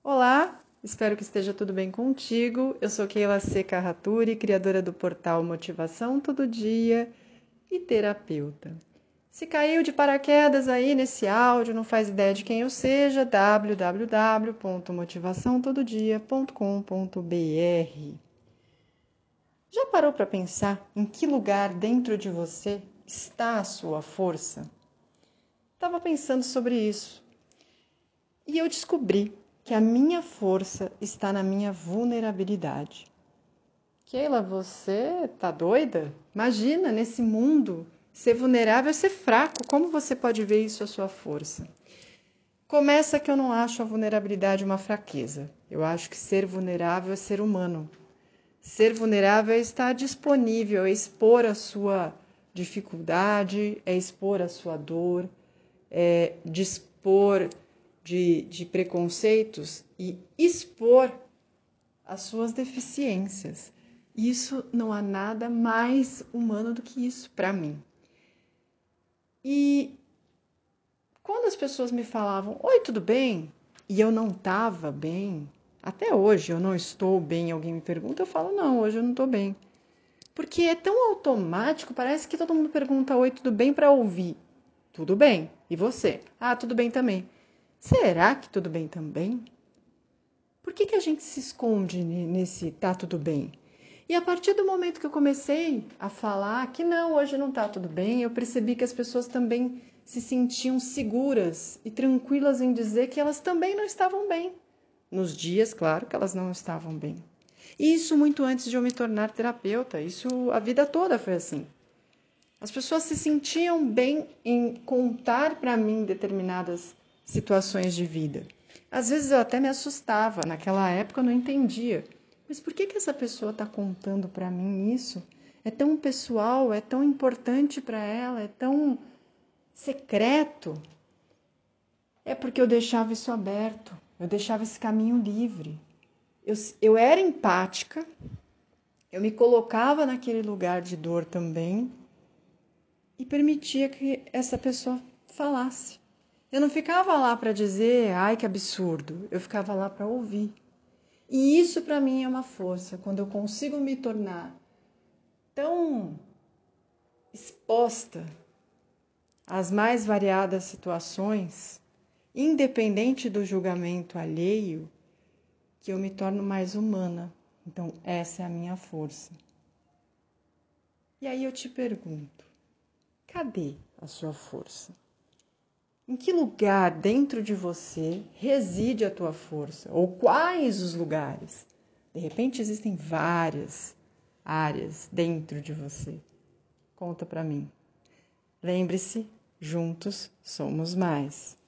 Olá, espero que esteja tudo bem contigo. Eu sou Keila C. Carraturi, criadora do portal Motivação Todo Dia e terapeuta. Se caiu de paraquedas aí nesse áudio, não faz ideia de quem eu seja, www.motivaçãotododia.com.br. Já parou para pensar em que lugar dentro de você está a sua força? Estava pensando sobre isso e eu descobri que a minha força está na minha vulnerabilidade. Keila, você tá doida? Imagina, nesse mundo, ser vulnerável é ser fraco. Como você pode ver isso a sua força? Começa que eu não acho a vulnerabilidade uma fraqueza. Eu acho que ser vulnerável é ser humano. Ser vulnerável é estar disponível, é expor a sua dificuldade, é expor a sua dor, é dispor de preconceitos e expor as suas deficiências. Isso não há nada mais humano do que isso para mim. E quando as pessoas me falavam, oi, tudo bem? E eu não estava bem, até hoje eu não estou bem, alguém me pergunta, eu falo, não, hoje eu não estou bem. Porque é tão automático, parece que todo mundo pergunta, oi, tudo bem para ouvir. Tudo bem. E você? Ah, tudo bem também. Será que tudo bem também? Por que a gente se esconde nesse tá tudo bem? E a partir do momento que eu comecei a falar que não, hoje não tá tudo bem, eu percebi que as pessoas também se sentiam seguras e tranquilas em dizer que elas também não estavam bem. Nos dias, claro, que elas não estavam bem. E isso muito antes de eu me tornar terapeuta, isso a vida toda foi assim. As pessoas se sentiam bem em contar para mim determinadas situações de vida. Às vezes eu até me assustava, naquela época eu não entendia. Mas por que essa pessoa está contando para mim isso? É tão pessoal, é tão importante para ela, é tão secreto. É porque eu deixava isso aberto, eu deixava esse caminho livre. Eu era empática, eu me colocava naquele lugar de dor também e permitia que essa pessoa falasse. Eu não ficava lá para dizer, ai que absurdo, eu ficava lá para ouvir. E isso para mim é uma força, quando eu consigo me tornar tão exposta às mais variadas situações, independente do julgamento alheio, que eu me torno mais humana. Então, essa é a minha força. E aí eu te pergunto, cadê a sua força? Em que lugar dentro de você reside a tua força? Ou quais os lugares? De repente existem várias áreas dentro de você. Conta para mim. Lembre-se, juntos somos mais.